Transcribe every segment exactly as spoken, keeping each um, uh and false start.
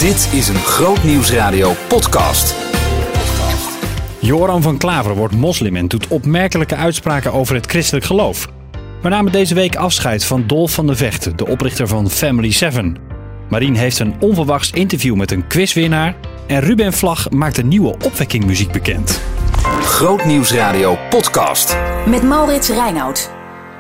Dit is een Grootnieuwsradio podcast. Joram van Klaveren wordt moslim en doet opmerkelijke uitspraken over het christelijk geloof. We namen deze week afscheid van Dolf van de Vecht, de oprichter van Family seven. Marien heeft een onverwachts interview met een quizwinnaar. En Ruben Vlag maakt een nieuwe opwekkingmuziek bekend. Grootnieuwsradio podcast. Met Maurits Reinoud.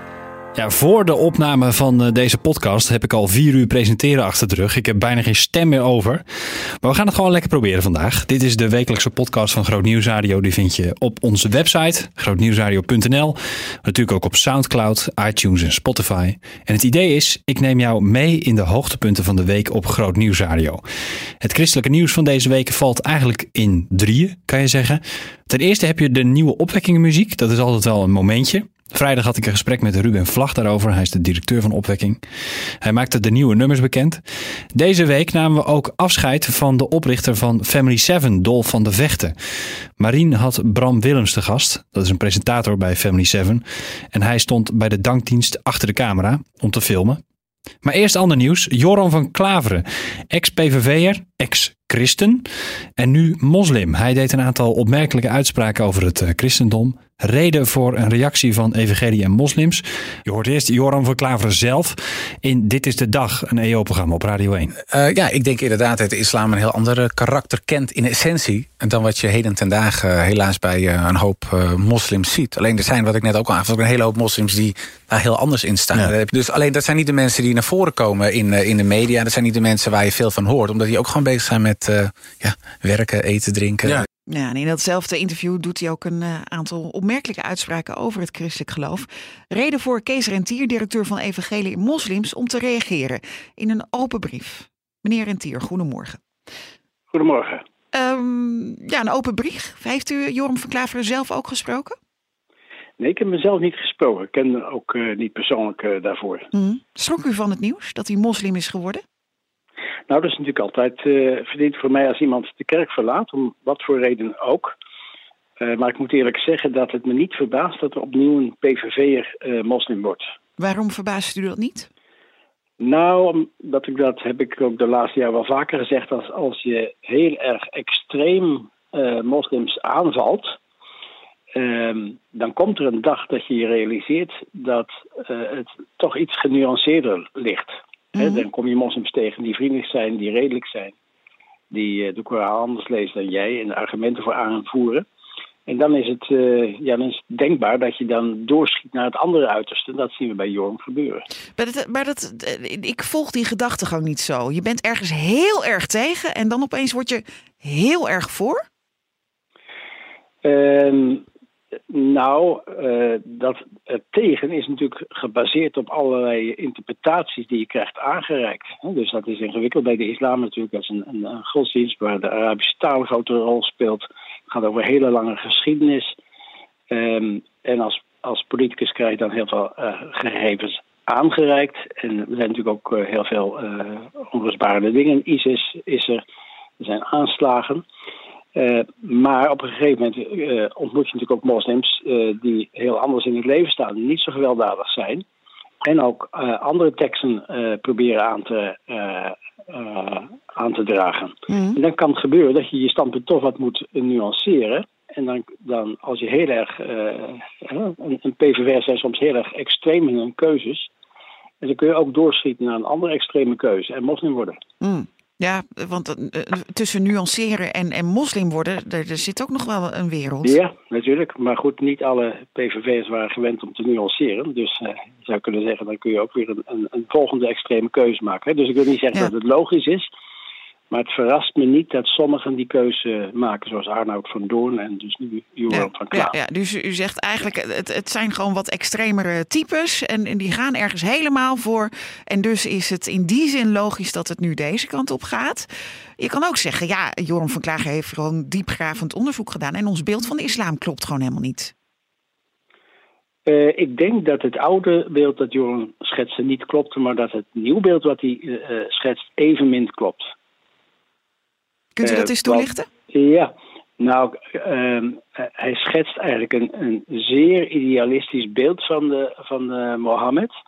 Ja, voor de opname van deze podcast heb ik al vier uur presenteren achter de rug. Ik heb bijna geen stem meer over. Maar we gaan het gewoon lekker proberen vandaag. Dit is de wekelijkse podcast van Groot Nieuwsradio. Die vind je op onze website, grootnieuwsradio punt n l. Natuurlijk ook op Soundcloud, iTunes en Spotify. En het idee is, ik neem jou mee in de hoogtepunten van de week op Groot Nieuwsradio. Het christelijke nieuws van deze week valt eigenlijk in drieën, kan je zeggen. Ten eerste heb je de nieuwe opwekkingmuziek. Dat is altijd wel een momentje. Vrijdag had ik een gesprek met Ruben Vlag daarover. Hij is de directeur van Opwekking. Hij maakte de nieuwe nummers bekend. Deze week namen we ook afscheid van de oprichter van Family seven, Dolf van de Vechten. Marien had Bram Willems te gast. Dat is een presentator bij Family seven. En hij stond bij de dankdienst achter de camera om te filmen. Maar eerst ander nieuws. Joram van Klaveren, ex-P V V'er, ex-christen en nu moslim. Hij deed een aantal opmerkelijke uitspraken over het uh, christendom. Reden voor een reactie van evangelie en moslims. Je hoort eerst Joram van Klaveren zelf in Dit is de Dag, een E O-programma op Radio één. Uh, ja, ik denk inderdaad dat de islam een heel ander karakter kent in essentie dan wat je heden ten dagen uh, helaas bij uh, een hoop uh, moslims ziet. Alleen er zijn, wat ik net ook al aangaf, ook een hele hoop moslims die daar heel anders in staan. Ja. Dus alleen dat zijn niet de mensen die naar voren komen in, uh, in de media. Dat zijn niet de mensen waar je veel van hoort. Omdat die ook gewoon bezig zijn met uh, ja, werken, eten, drinken. Ja. Ja, en in datzelfde interview doet hij ook een uh, aantal opmerkelijke uitspraken over het christelijk geloof. Reden voor Kees Rentier, directeur van Evangelie en Moslims, om te reageren in een open brief. Meneer Rentier, goedemorgen. Goedemorgen. Um, ja, een open brief. Heeft u Joram van Klaveren zelf ook gesproken? Nee, ik heb mezelf niet gesproken. Ik ken hem ook uh, niet persoonlijk uh, daarvoor. Mm. Schrok u van het nieuws dat hij moslim is geworden? Nou, dat is natuurlijk altijd uh, verdient voor mij als iemand de kerk verlaat, om wat voor reden ook. Uh, maar ik moet eerlijk zeggen dat het me niet verbaast dat er opnieuw een P V V'er uh, moslim wordt. Waarom verbaast u dat niet? Nou, omdat ik dat heb ik ook de laatste jaren wel vaker gezegd. Als, als je heel erg extreem uh, moslims aanvalt, um, dan komt er een dag dat je je realiseert dat uh, het toch iets genuanceerder ligt. Mm-hmm. He, dan kom je moslims tegen die vriendelijk zijn, die redelijk zijn. Die uh, de Koran anders lezen dan jij en de argumenten voor aanvoeren. En dan is, het, uh, ja, dan is het denkbaar dat je dan doorschiet naar het andere uiterste. Dat zien we bij Joram gebeuren. Maar, dat, maar dat, ik volg die gedachtegang niet zo. Je bent ergens heel erg tegen en dan opeens word je heel erg voor? Uh, Nou, uh, dat uh, tegen is natuurlijk gebaseerd op allerlei interpretaties die je krijgt aangereikt. He, dus dat is ingewikkeld bij de islam natuurlijk. Dat is een, een, een godsdienst waar de Arabische taal een grote rol speelt. Het gaat over een hele lange geschiedenis. Um, en als, als politicus krijg je dan heel veel uh, gegevens aangereikt. En er zijn natuurlijk ook uh, heel veel uh, onrustbarende dingen. ISIS is er, er zijn aanslagen. Uh, maar op een gegeven moment uh, ontmoet je natuurlijk ook moslims uh, die heel anders in het leven staan, die niet zo gewelddadig zijn. En ook uh, andere teksten uh, proberen aan te, uh, uh, aan te dragen. Mm. En dan kan het gebeuren dat je je standpunt toch wat moet nuanceren. En dan, dan als je heel erg, uh, een, een P V V'er zijn soms heel erg extreem in hun keuzes. En dan kun je ook doorschieten naar een andere extreme keuze en moslim worden. Mm. Ja, want uh, tussen nuanceren en, en moslim worden, er, er zit ook nog wel een wereld. Ja, natuurlijk. Maar goed, niet alle P V V'ers waren gewend om te nuanceren. Dus uh, je zou kunnen zeggen, dan kun je ook weer een, een, een volgende extreme keuze maken. Dus ik wil niet zeggen ja. dat het logisch is. Maar het verrast me niet dat sommigen die keuze maken, zoals Arnoud van Doorn en dus nu Joram ja, van Klaveren. Ja, ja, dus u zegt eigenlijk, het, het zijn gewoon wat extremere types en, en die gaan ergens helemaal voor. En dus is het in die zin logisch dat het nu deze kant op gaat. Je kan ook zeggen, ja, Joram van Klaveren heeft gewoon diepgravend onderzoek gedaan en ons beeld van de islam klopt gewoon helemaal niet. Uh, ik denk dat het oude beeld dat Joram schetste niet klopte, maar dat het nieuwe beeld wat hij uh, schetst evenmin klopt. Kunt u dat eens toelichten? Uh, ja, nou, uh, uh, hij schetst eigenlijk een, een zeer idealistisch beeld van de, van de Mohammed.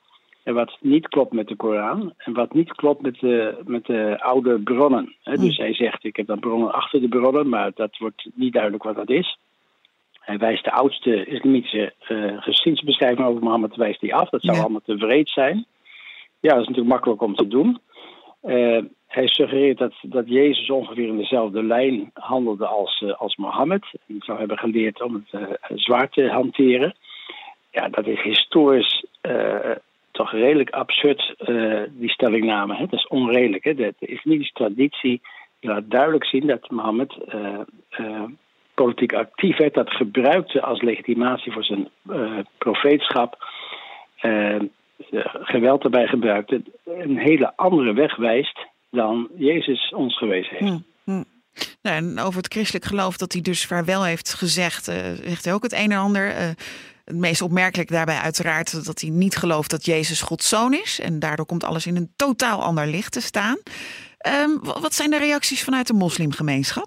En wat niet klopt met de Koran. En wat niet klopt met de, met de oude bronnen. He, dus hij zegt, ik heb dan bronnen achter de bronnen. Maar dat wordt niet duidelijk wat dat is. Hij wijst de oudste islamitische uh, geschiedenisbeschrijving over Mohammed wijst die af. Dat zou ja. allemaal te wreed zijn. Ja, dat is natuurlijk makkelijk om te doen. Uh, hij suggereert dat, dat Jezus ongeveer in dezelfde lijn handelde als, uh, als Mohammed. Hij zou hebben geleerd om het uh, zwaard te hanteren. Ja, dat is historisch uh, toch redelijk absurd, uh, die stellingname. Hè? Dat is onredelijk. Hè? De, de islamitische traditie laat duidelijk zien dat Mohammed uh, uh, politiek actief werd. Dat gebruikte als legitimatie voor zijn uh, profeetschap. Uh, geweld erbij gebruikte. Een hele andere weg wijst dan Jezus ons gewezen heeft. Hmm, hmm. Nou, en over het christelijk geloof dat hij dus vaarwel heeft gezegd, uh, zegt hij ook het een en ander. Uh, het meest opmerkelijk daarbij uiteraard dat hij niet gelooft dat Jezus Gods zoon is. En daardoor komt alles in een totaal ander licht te staan. Um, wat zijn de reacties vanuit de moslimgemeenschap?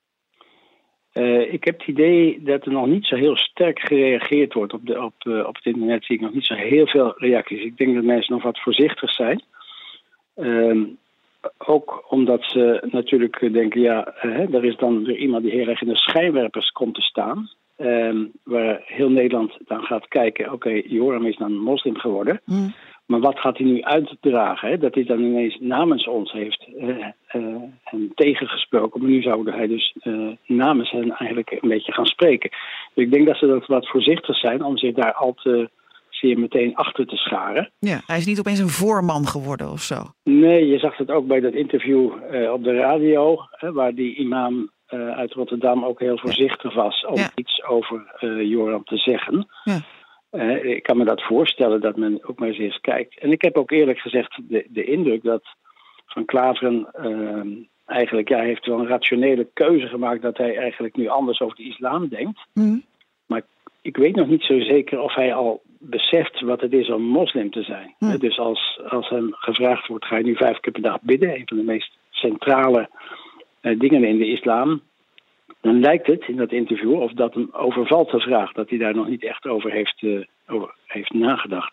Uh, ik heb het idee dat er nog niet zo heel sterk gereageerd wordt op, de, op, uh, op het internet. Zie ik nog niet zo heel veel reacties. Ik denk dat mensen nog wat voorzichtig zijn. Uh, ook omdat ze natuurlijk denken, ja, uh, er is dan weer iemand die heel erg in de schijnwerpers komt te staan. Uh, waar heel Nederland dan gaat kijken, oké, okay, Joram is dan moslim geworden. Mm. Maar wat gaat hij nu uitdragen? Hè? Dat hij dan ineens namens ons heeft uh, uh, hem tegengesproken. Maar nu zou hij dus uh, namens hen eigenlijk een beetje gaan spreken. Dus ik denk dat ze dat wat voorzichtig zijn om zich daar al te zeer meteen achter te scharen. Ja, hij is niet opeens een voorman geworden of zo. Nee, je zag het ook bij dat interview uh, op de radio, hè, waar die imam uh, uit Rotterdam ook heel voorzichtig was om ja. iets over uh, Joram te zeggen. Ja. Uh, ik kan me dat voorstellen dat men ook maar eens eens kijkt. En ik heb ook eerlijk gezegd de, de indruk dat Van Klaveren uh, eigenlijk, ja, heeft wel een rationele keuze gemaakt dat hij eigenlijk nu anders over de islam denkt. Mm. Maar ik weet nog niet zo zeker of hij al beseft wat het is om moslim te zijn. Mm. Uh, dus als, als hem gevraagd wordt, ga je nu vijf keer per dag bidden, een van de meest centrale uh, dingen in de islam. Dan lijkt het in dat interview of dat hem overvalt de vraag, dat hij daar nog niet echt over heeft, uh, over heeft nagedacht.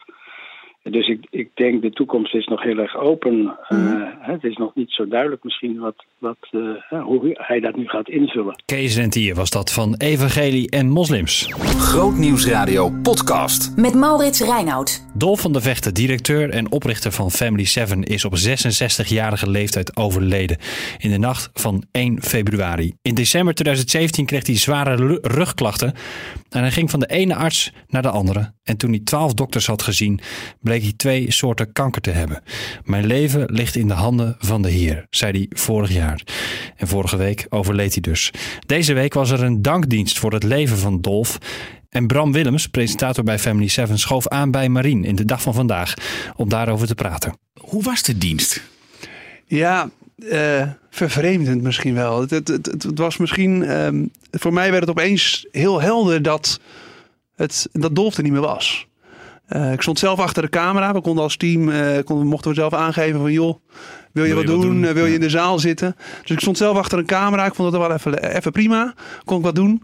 Dus ik, ik denk de toekomst is nog heel erg open. Uh, mm. Het is nog niet zo duidelijk misschien wat, wat, uh, hoe hij dat nu gaat invullen. Kees Rentier was dat van Evangelie en Moslims. Grootnieuwsradio podcast. Met Maurits Reinoud. Dolf van der Vechten, directeur en oprichter van Family seven, is op zesenzestigjarige leeftijd overleden. In de nacht van één februari. In december tweeduizend zeventien kreeg hij zware rugklachten. En hij ging van de ene arts naar de andere. En toen hij twaalf dokters had gezien, bleek hij twee soorten kanker te hebben. Mijn leven ligt in de handen van de Heer, zei hij vorig jaar. En vorige week overleed hij dus. Deze week was er een dankdienst voor het leven van Dolf. En Bram Willems, presentator bij Family seven, schoof aan bij Marien in de dag van vandaag om daarover te praten. Hoe was de dienst? Ja, uh, vervreemdend misschien wel. Het, het, het, het was misschien, um, voor mij werd het opeens heel helder dat, het, dat Dolf er niet meer was. Uh, ik stond zelf achter de camera. We konden als team, uh, konden, mochten we zelf aangeven van joh, wil je, wil je wat doen? doen? Wil je in de zaal zitten? Dus ik stond zelf achter een camera. Ik vond het wel even, even prima. Kon ik wat doen.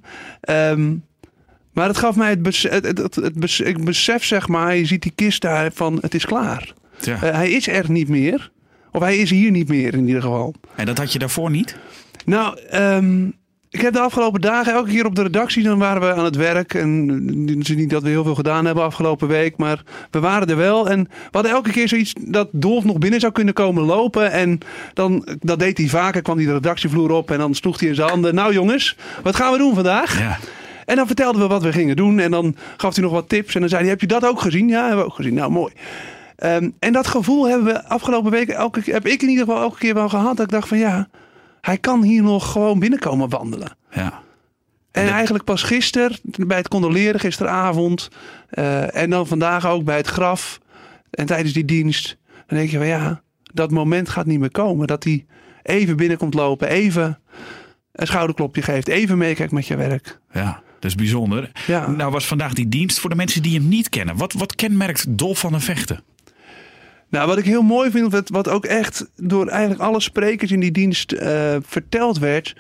Um, maar het gaf mij het, bes- het, het, het, het bes- ik besef, zeg maar, je ziet die kist daar van het is klaar. Ja. Uh, hij is er niet meer. Of hij is hier niet meer in ieder geval. En dat had je daarvoor niet? Nou, um, ik heb de afgelopen dagen elke keer op de redactie, dan waren we aan het werk. En het is niet dat we heel veel gedaan hebben afgelopen week, maar we waren er wel. En we hadden elke keer zoiets dat Dolf nog binnen zou kunnen komen lopen. En dan, dat deed hij vaker, kwam hij de redactievloer op en dan sloeg hij in zijn handen. Nou jongens, wat gaan we doen vandaag? Ja. En dan vertelden we wat we gingen doen en dan gaf hij nog wat tips. En dan zei hij, heb je dat ook gezien? Ja, hebben we ook gezien. Nou, mooi. Um, en dat gevoel hebben we afgelopen weken, elke, heb ik in ieder geval elke keer wel gehad. Dat ik dacht van ja, hij kan hier nog gewoon binnenkomen wandelen. Ja. En ja. eigenlijk pas gisteren, bij het condoleren, gisteravond. Uh, en dan vandaag ook bij het graf. En tijdens die dienst. Dan denk je van ja, dat moment gaat niet meer komen. Dat hij even binnenkomt lopen, even een schouderklopje geeft. Even meekijkt met je werk. Ja, dat is bijzonder. Ja. Nou was vandaag die dienst voor de mensen die hem niet kennen. Wat, wat kenmerkt Dolf van der Vechten? Nou, wat ik heel mooi vind, wat, wat ook echt door eigenlijk alle sprekers in die dienst uh, verteld werd,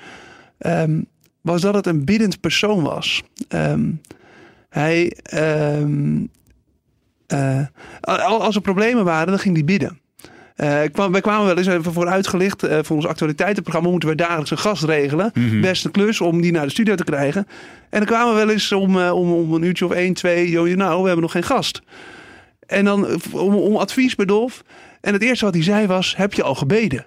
um, was dat het een biddend persoon was. Um, hij, um, uh, als er problemen waren, dan ging hij bidden. Uh, kwam, wij kwamen wel eens even voor uitgelicht. Uh, voor ons actualiteitenprogramma moeten we dagelijks een gast regelen. Mm-hmm. Beste klus om die naar de studio te krijgen. En dan kwamen we wel eens om, uh, om, om een uurtje of één, twee. Joh, nou, we hebben nog geen gast. En dan om, om advies bij Dolf. En het eerste wat hij zei was, heb je al gebeden?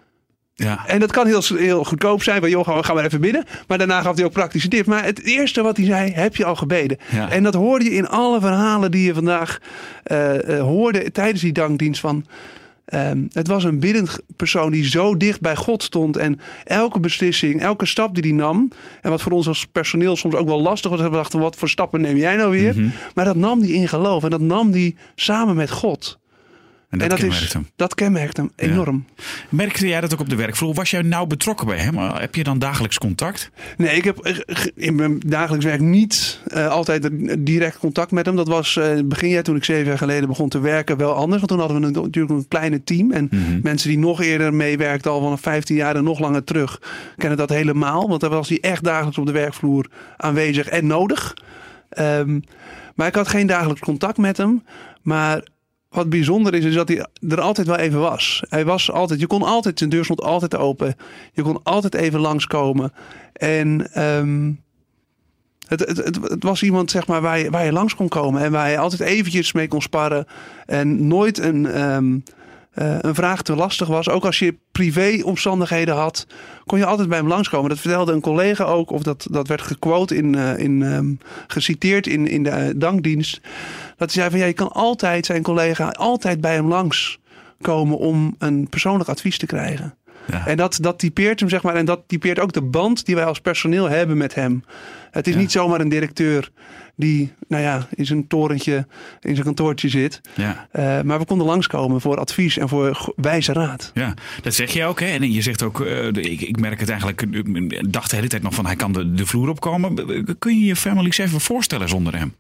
Ja. En dat kan heel, heel goedkoop zijn. Van, joh, gaan we, gaan we even bidden. Maar daarna gaf hij ook praktische tips. Maar het eerste wat hij zei, heb je al gebeden? Ja. En dat hoorde je in alle verhalen die je vandaag uh, uh, hoorde tijdens die dankdienst van... Um, het was een biddend persoon die zo dicht bij God stond. En elke beslissing, elke stap die hij nam. En wat voor ons als personeel soms ook wel lastig was. We dachten, wat voor stappen neem jij nou weer? Mm-hmm. Maar dat nam hij in geloof. En dat nam hij samen met God. En dat, en dat kenmerkt is, hem. Dat kenmerkt hem enorm. Ja. Merkte jij dat ook op de werkvloer? Was jij nauw betrokken bij hem? Heb je dan dagelijks contact? Nee, ik heb in mijn dagelijks werk niet uh, altijd direct contact met hem. Dat was uh, begin jaar toen ik zeven jaar geleden begon te werken wel anders. Want toen hadden we een, natuurlijk een kleine team. En mm-hmm. mensen die nog eerder meewerkten, al vanaf vijftien jaar en nog langer terug, kennen dat helemaal. Want daar was hij echt dagelijks op de werkvloer aanwezig en nodig. Um, maar ik had geen dagelijks contact met hem. Maar... wat bijzonder is, is dat hij er altijd wel even was. Hij was altijd, je kon altijd, zijn deur stond altijd open. Je kon altijd even langskomen. En um, het, het, het, het was iemand, zeg maar, waar je, waar je langs kon komen. En waar je altijd eventjes mee kon sparren. En nooit een, um, uh, een vraag te lastig was. Ook als je privé-omstandigheden had, kon je altijd bij hem langskomen. Dat vertelde een collega ook, of dat, dat werd gequote in, uh, in um, geciteerd in, in de uh, dankdienst. Dat hij zei van ja, je kan altijd zijn collega altijd bij hem langskomen om een persoonlijk advies te krijgen. Ja. En dat, dat typeert hem, zeg maar, en dat typeert ook de band die wij als personeel hebben met hem. Het is ja. niet zomaar een directeur die, nou ja, in zijn torentje, in zijn kantoortje zit. Ja. Uh, maar we konden langskomen voor advies en voor wijze raad. Ja, dat zeg je ook, hè? En je zegt ook, uh, ik, ik merk het eigenlijk, ik dacht de hele tijd nog van hij kan de, de vloer opkomen. Kun je je Family even voorstellen zonder hem?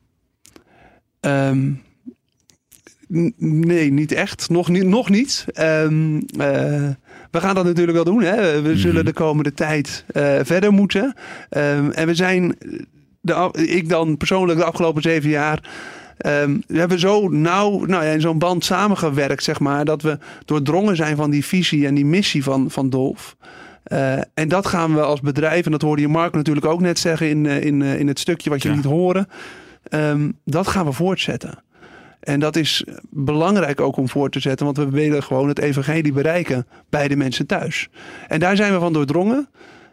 Um, n- nee, niet echt. Nog, ni- nog niet. Um, uh, we gaan dat natuurlijk wel doen. Hè. We mm. zullen de komende tijd uh, verder moeten. Um, en we zijn, de, ik dan persoonlijk de afgelopen zeven jaar... Um, we hebben zo nauw nou ja, in zo'n band samengewerkt, zeg maar, dat we doordrongen zijn van die visie en die missie van, van Dolf. Uh, en dat gaan we als bedrijf, en dat hoorde je Mark natuurlijk ook net zeggen in, in, in het stukje wat je ja. liet horen... Um, dat gaan we voortzetten. En dat is belangrijk ook om voor te zetten. Want we willen gewoon het evangelie bereiken bij de mensen thuis. En daar zijn we van doordrongen.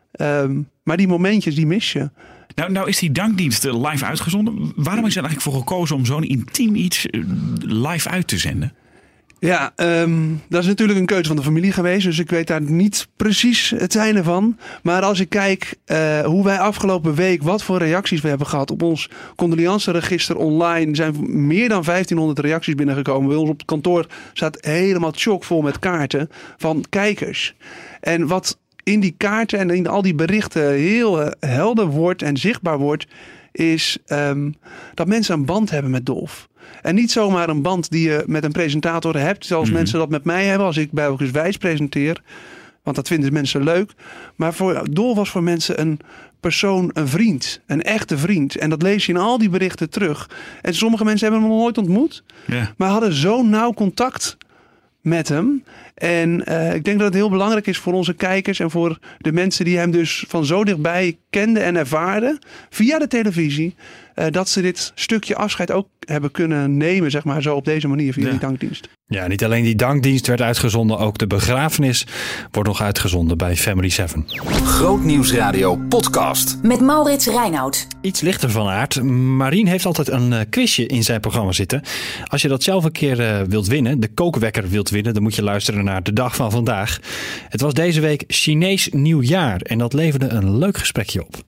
Um, maar die momentjes, die mis je. Nou, nou is die dankdienst live uitgezonden. Waarom is er eigenlijk voor gekozen om zo'n intiem iets live uit te zenden? Ja, um, dat is natuurlijk een keuze van de familie geweest. Dus ik weet daar niet precies het zijne van. Maar als ik kijk uh, hoe wij afgelopen week, wat voor reacties we hebben gehad op ons condoleanceregister online. Er zijn meer dan vijftienhonderd reacties binnengekomen. Bij ons op het kantoor staat helemaal chockvol met kaarten van kijkers. En wat in die kaarten en in al die berichten heel uh, helder wordt en zichtbaar wordt, is um, dat mensen een band hebben met Dolf. En niet zomaar een band die je met een presentator hebt, zoals mm-hmm. mensen dat met mij hebben als ik bij Elkes Wijs presenteer. Want dat vinden mensen leuk. Maar voor Dolf was voor mensen een persoon, een vriend. Een echte vriend. En dat lees je in al die berichten terug. En sommige mensen hebben hem nog nooit ontmoet. Yeah. Maar hadden zo nauw contact met hem. En uh, ik denk dat het heel belangrijk is voor onze kijkers en voor de mensen die hem dus van zo dichtbij kenden en ervaarden via de televisie, uh, dat ze dit stukje afscheid ook hebben kunnen nemen, zeg maar, zo op deze manier via ja. die dankdienst. Ja, niet alleen die dankdienst werd uitgezonden, ook de begrafenis wordt nog uitgezonden bij Family seven. Grootnieuwsradio podcast. Met Maurits Reinoud. Iets lichter van aard. Marien heeft altijd een uh, quizje in zijn programma zitten. Als je dat zelf een keer uh, wilt winnen, de kookwekker wilt winnen, dan moet je luisteren naar de dag van vandaag. Het was deze week Chinees nieuwjaar en dat leverde een leuk gesprekje op.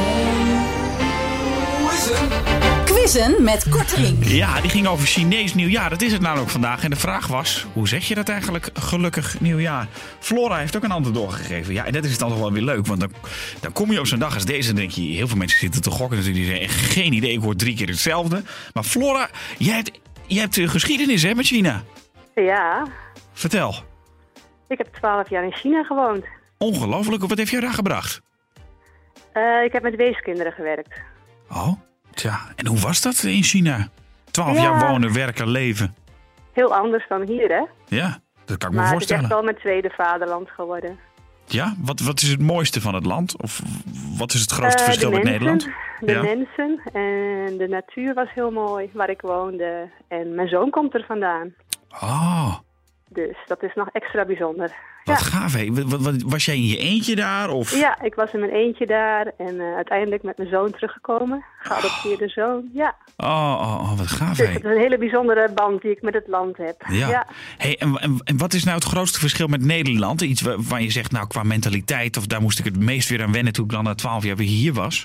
Quizzen met Kortrijk. Ja, die ging over Chinees nieuwjaar. Dat is het namelijk vandaag. En de vraag was, hoe zeg je dat eigenlijk? Gelukkig nieuwjaar. Flora heeft ook een antwoord doorgegeven. Ja, en dat is dan toch wel weer leuk. Want dan, dan kom je op zo'n dag als deze en denk je, heel veel mensen zitten te gokken natuurlijk. Die zeggen, geen idee, ik hoor drie keer hetzelfde. Maar Flora, jij hebt, jij hebt geschiedenis, hè, met China? Ja. Vertel. Ik heb twaalf jaar in China gewoond. Ongelooflijk. Wat heeft jou daar gebracht? Uh, ik heb met weeskinderen gewerkt. Oh, tja. En hoe was dat in China? Twaalf Ja. jaar wonen, werken, leven. Heel anders dan hier, hè? Ja, dat kan ik me Maar het is voorstellen. echt wel mijn tweede vaderland geworden. Ja, wat, wat is het mooiste van het land? Of wat is het grootste Eh, verschil de met mensen, Nederland? De Ja. mensen en de natuur was heel mooi, waar ik woonde. En mijn zoon komt er vandaan. Oh, Dus dat is nog extra bijzonder. wat Ja. gaaf. Hé. Wat, wat, was jij in je eentje daar? Of? Ja, ik was in mijn eentje daar en uh, uiteindelijk met mijn zoon teruggekomen. Geadopteerde zoon, ja. Oh, oh, oh, wat gaaf. Dus Hé. het is een hele bijzondere band die ik met het land heb. Ja. Ja. Hey, en, en, en wat is nou het grootste verschil met Nederland? Iets waar, waar je zegt, nou qua mentaliteit, of daar moest ik het meest weer aan wennen toen ik dan na twaalf jaar weer hier was?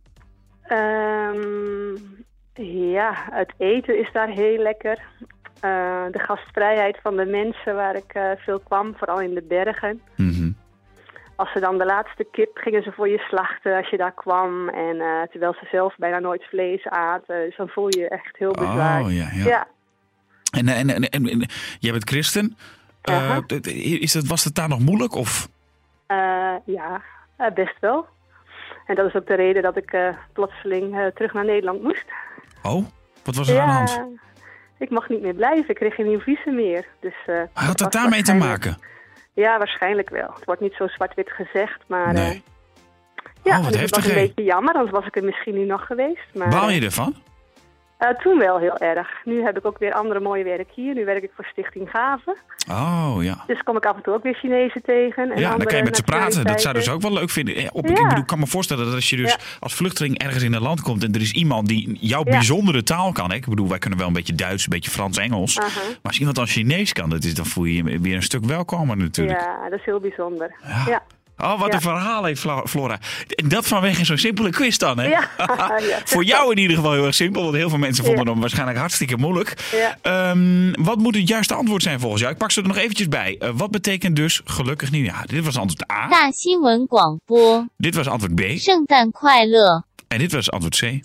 Um, ja, het eten is daar heel lekker. Uh, de gastvrijheid van de mensen waar ik uh, veel kwam, vooral in de bergen. Mm-hmm. Als ze dan de laatste kip gingen ze voor je slachten als je daar kwam. En uh, terwijl ze zelf bijna nooit vlees aten. Dus dan voel je je echt heel bezwaard. Oh, ja, ja. ja. En, en, en, en, en jij bent christen. Uh, is dat, was het daar nog moeilijk? Of? Uh, ja, uh, best wel. En dat is ook de reden dat ik uh, plotseling uh, terug naar Nederland moest. Oh, wat was er ja, aan de hand? Ik mag niet meer blijven. Ik kreeg geen nieuw visum meer. Dus, uh, had dat daarmee te maken? Ja, waarschijnlijk wel. Het wordt niet zo zwart-wit gezegd, maar... Nee. Uh, ja, oh, wat dus heftig, het was een he. beetje jammer, anders was ik er misschien nu nog geweest. Maar, Baal je ervan? Uh, toen wel heel erg. Nu heb ik ook weer andere mooie werk hier. Nu werk ik voor Stichting Gaven. Oh, ja. Dus kom ik af en toe ook weer Chinezen tegen. En ja, dan kan je met ze praten. Dat zou dus ook wel leuk vinden. Op, ja. Ik bedoel, kan me voorstellen dat als je dus ja. als vluchteling ergens in een land komt en er is iemand die jouw ja. bijzondere taal kan. Hè? Ik bedoel, wij kunnen wel een beetje Duits, een beetje Frans, Engels. Uh-huh. Maar als iemand dan Chinees kan, dat is, dan voel je je weer een stuk welkomer natuurlijk. Ja, dat is heel bijzonder. Ja. ja. Oh, wat ja. een verhaal heeft Flora. En dat vanwege zo'n simpele quiz dan, hè? Ja. ja. Voor jou in ieder geval heel erg simpel, want heel veel mensen vonden ja. hem waarschijnlijk hartstikke moeilijk. Ja. Um, wat moet het juiste antwoord zijn volgens jou? Ik pak ze er nog eventjes bij. Uh, wat betekent dus gelukkig nieuwjaar? Dit was antwoord A. Dit was antwoord B. En dit was antwoord C.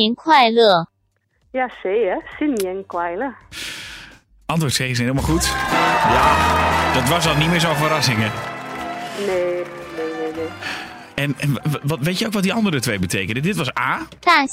Ja, C, hè? Xinnian Kuaile. Antwoord C is helemaal goed. Ja, dat was al niet meer zo'n verrassing, hè? Nee, nee, nee, nee. En, en wat, weet je ook wat die andere twee betekenen? Dit was A.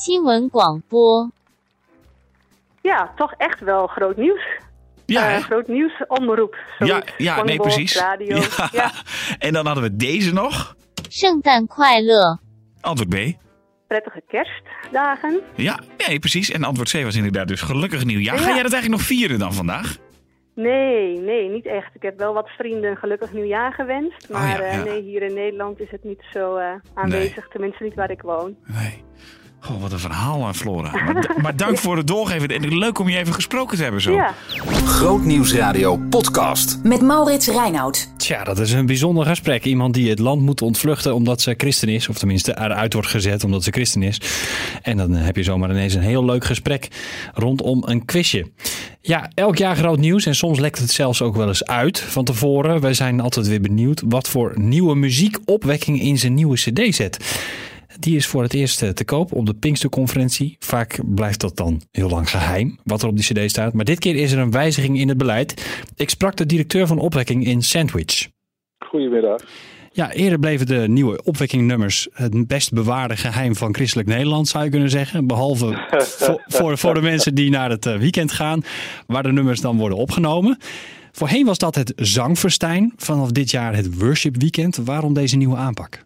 Ja, toch echt wel groot nieuws. Ja, uh, groot nieuws, omroep. Ja, ja nee, precies. Radio. Ja. Ja. En dan hadden we deze nog. Antwoord B. Prettige kerstdagen. Ja, nee, precies. En antwoord C was inderdaad dus gelukkig nieuwjaar. Ja. Ga jij dat eigenlijk nog vieren dan vandaag? Nee, nee, niet echt. Ik heb wel wat vrienden een gelukkig nieuwjaar gewenst. Maar oh ja, ja. Uh, nee, hier in Nederland is het niet zo uh, aanwezig. Nee. Tenminste niet waar ik woon. Nee. Goh, wat een verhaal, Flora. Maar, maar dank voor het doorgeven. En leuk om je even gesproken te hebben zo. Ja. Grootnieuwsradio podcast. Met Maurits Reinoud. Tja, dat is een bijzonder gesprek. Iemand die het land moet ontvluchten omdat ze christen is. Of tenminste eruit wordt gezet omdat ze christen is. En dan heb je zomaar ineens een heel leuk gesprek rondom een quizje. Ja, elk jaar groot nieuws. En soms lekt het zelfs ook wel eens uit van tevoren. Wij zijn altijd weer benieuwd wat voor nieuwe muziekopwekking in zijn nieuwe cd zet. Die is voor het eerst te koop op de Pinksterconferentie. Vaak blijft dat dan heel lang geheim, wat er op die cd staat. Maar dit keer is er een wijziging in het beleid. Ik sprak de directeur van opwekking in Sandwich. Goedemiddag. Ja, eerder bleven de nieuwe opwekkingnummers het best bewaarde geheim van christelijk Nederland, zou je kunnen zeggen. Behalve voor, voor, voor de mensen die naar het weekend gaan, waar de nummers dan worden opgenomen. Voorheen was dat het zangfestijn, vanaf dit jaar het worship weekend. Waarom deze nieuwe aanpak?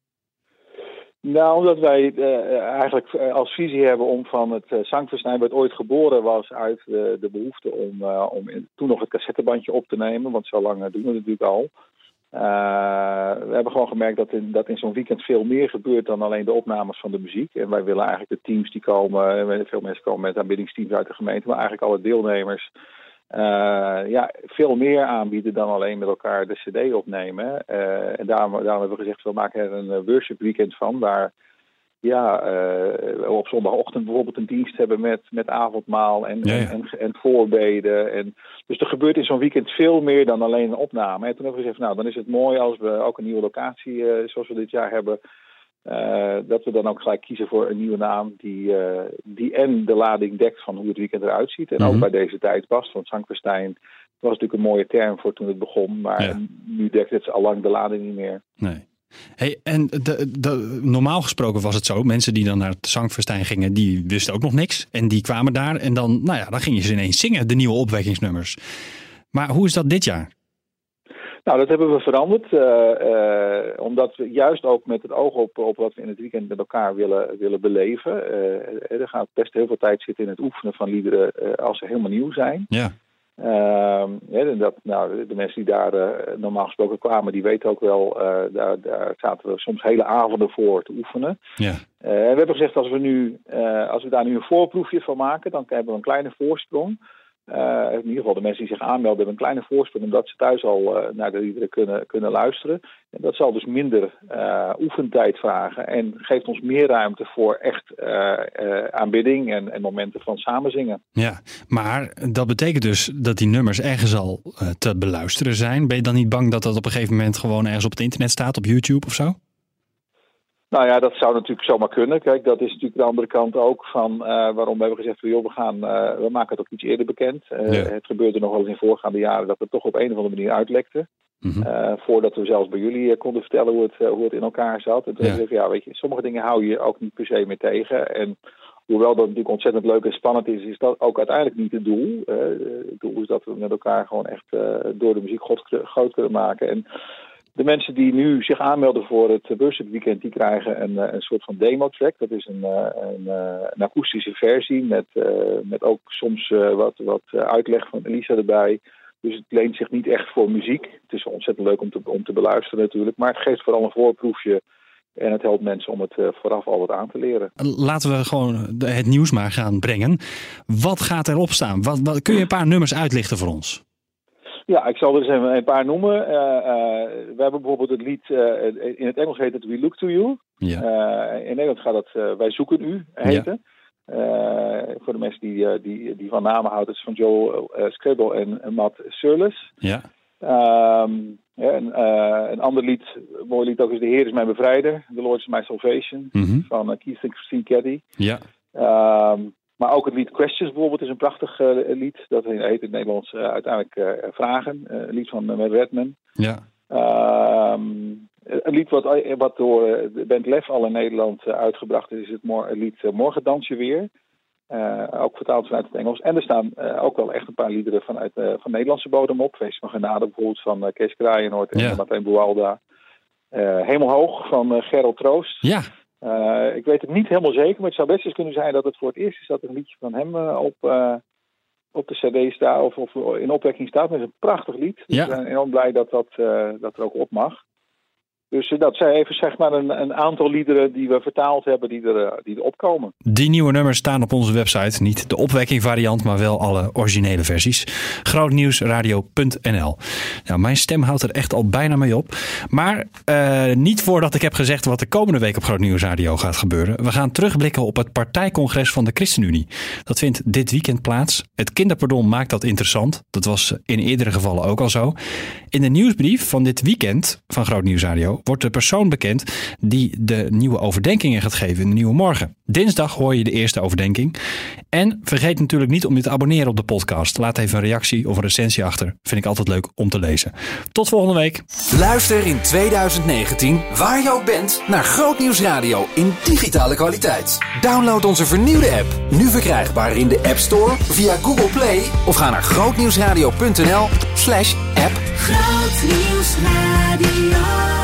Nou, omdat wij uh, eigenlijk als visie hebben om van het uh, zangfestijn, wat ooit geboren was uit uh, de behoefte om, uh, om in, toen nog het cassettebandje op te nemen, want zo lang uh, doen we het natuurlijk al. Uh, we hebben gewoon gemerkt dat in, dat in zo'n weekend veel meer gebeurt dan alleen de opnames van de muziek. En wij willen eigenlijk de teams die komen, veel mensen komen met aanbiddingsteams uit de gemeente, maar eigenlijk alle deelnemers uh, ja, veel meer aanbieden dan alleen met elkaar de cd opnemen. Uh, en daarom, daarom hebben we gezegd, we maken er een worship weekend van, waar ja, uh, op zondagochtend bijvoorbeeld een dienst hebben met, met avondmaal en, ja, ja. en, en, en voorbeden. En, dus er gebeurt in zo'n weekend veel meer dan alleen een opname. En toen hebben we gezegd, nou dan is het mooi als we ook een nieuwe locatie, uh, zoals we dit jaar hebben, uh, dat we dan ook gelijk kiezen voor een nieuwe naam die, uh, die en de lading dekt van hoe het weekend eruit ziet. En mm-hmm. ook bij deze tijd past, want zangfestijn was natuurlijk een mooie term voor toen het begon, maar ja. nu dekt het al lang de lading niet meer. Nee. Hey, en de, de, normaal gesproken was het zo, mensen die dan naar het zangfestijn gingen, die wisten ook nog niks. En die kwamen daar en dan, nou ja, dan gingen ze ineens zingen, de nieuwe opwekkingsnummers. Maar hoe is dat dit jaar? Nou, dat hebben we veranderd. Uh, uh, omdat we juist ook met het oog op, op wat we in het weekend met elkaar willen, willen beleven. Uh, er gaat best heel veel tijd zitten in het oefenen van liederen uh, als ze helemaal nieuw zijn. Ja. Uh, ja, dat, nou, de mensen die daar uh, normaal gesproken kwamen, die weten ook wel, uh, daar, daar zaten we soms hele avonden voor te oefenen. Ja. Uh, en we hebben gezegd, als we, nu, uh, als we daar nu een voorproefje van maken, dan hebben we een kleine voorsprong. Uh, in ieder geval de mensen die zich aanmelden hebben een kleine voorsprong, omdat ze thuis al uh, naar de liederen kunnen, kunnen luisteren. En dat zal dus minder uh, oefentijd vragen en geeft ons meer ruimte voor echt uh, uh, aanbidding en, en momenten van samenzingen. Ja, maar dat betekent dus dat die nummers ergens al uh, te beluisteren zijn. Ben je dan niet bang dat dat op een gegeven moment gewoon ergens op het internet staat, op YouTube of zo? Nou ja, dat zou natuurlijk zomaar kunnen. Kijk, dat is natuurlijk de andere kant ook van uh, waarom we hebben gezegd, joh, we, gaan, uh, we maken het ook iets eerder bekend. Uh, ja. Het gebeurde nog wel eens in voorgaande jaren dat het toch op een of andere manier uitlekte. Mm-hmm. Uh, voordat we zelfs bij jullie uh, konden vertellen hoe het, uh, hoe het in elkaar zat. En toen ja. Zeggen, ja, weet je, sommige dingen hou je ook niet per se meer tegen. En hoewel dat natuurlijk ontzettend leuk en spannend is, is dat ook uiteindelijk niet het doel. Uh, het doel is dat we met elkaar gewoon echt uh, door de muziek God, groot kunnen maken. En de mensen die nu zich aanmelden voor het Worship Weekend, die krijgen een, een soort van demo-track. Dat is een, een, een akoestische versie met, uh, met ook soms uh, wat, wat uitleg van Elisa erbij. Dus het leent zich niet echt voor muziek. Het is ontzettend leuk om te, om te beluisteren natuurlijk. Maar het geeft vooral een voorproefje. En het helpt mensen om het uh, vooraf al wat aan te leren. Laten we gewoon het nieuws maar gaan brengen. Wat gaat erop staan? Wat, wat, kun je een paar nummers uitlichten voor ons? Ja, ik zal er eens even een paar noemen. Uh, uh, we hebben bijvoorbeeld het lied, uh, in het Engels heet het We Look To You. Ja. Uh, in Nederland gaat het uh, Wij Zoeken U heten. Ja. Uh, voor de mensen die, uh, die, die van namen houden, het is van Joel uh, Scribble en uh, Matt Surles. Ja. Um, ja, en, uh, een ander lied, een mooi lied ook is De Heer is mijn bevrijder. The Lord is my salvation. Mm-hmm. Van uh, Keith en Christine Caddy. Ja. Um, Maar ook het lied Questions bijvoorbeeld is een prachtig uh, lied. Dat heet in het Nederlands uh, uiteindelijk uh, Vragen. Uh, een lied van uh, Matt Redman. Ja. Um, een lied wat, wat door uh, de band Lef al in Nederland uh, uitgebracht is. Is het, mor- het lied uh, Morgen dans je weer. Uh, ook vertaald vanuit het Engels. En er staan uh, ook wel echt een paar liederen vanuit uh, van Nederlandse bodem op. Wees van Genade bijvoorbeeld van uh, Kees Kraaienoord en ja. Martijn Buwalda. Uh, Hemelhoog van uh, Gerald Troost. Ja. Uh, ik weet het niet helemaal zeker, maar het zou best eens kunnen zijn dat het voor het eerst is dat een liedje van hem uh, op, uh, op de cd staat of, of in opwekking staat. Het is een prachtig lied. Ja. Dus ik ben enorm blij dat dat, uh, dat er ook op mag. Dus uh, dat zijn even zeg maar een, een aantal liederen die we vertaald hebben die er, uh, die er opkomen. Die nieuwe nummers staan op onze website. Niet de opwekking variant, maar wel alle originele versies. grootnieuwsradio punt n l. Nou, mijn stem houdt er echt al bijna mee op. Maar uh, niet voordat ik heb gezegd wat de komende week op Groot Nieuws Radio gaat gebeuren. We gaan terugblikken op het partijcongres van de ChristenUnie. Dat vindt dit weekend plaats. Het kinderpardon maakt dat interessant. Dat was in eerdere gevallen ook al zo. In de nieuwsbrief van dit weekend van Groot Nieuws Radio wordt de persoon bekend die de nieuwe overdenkingen gaat geven in de Nieuwe Morgen. Dinsdag hoor je de eerste overdenking. En vergeet natuurlijk niet om je te abonneren op de podcast. Laat even een reactie of een recensie achter. Vind ik altijd leuk om te lezen. Tot volgende week. Luister in twintig negentien, waar je ook bent, naar Groot Nieuws Radio in digitale kwaliteit. Download onze vernieuwde app. Nu verkrijgbaar in de App Store, via Google Play of ga naar grootnieuwsradio punt n l slash app. Groot Nieuws Radio.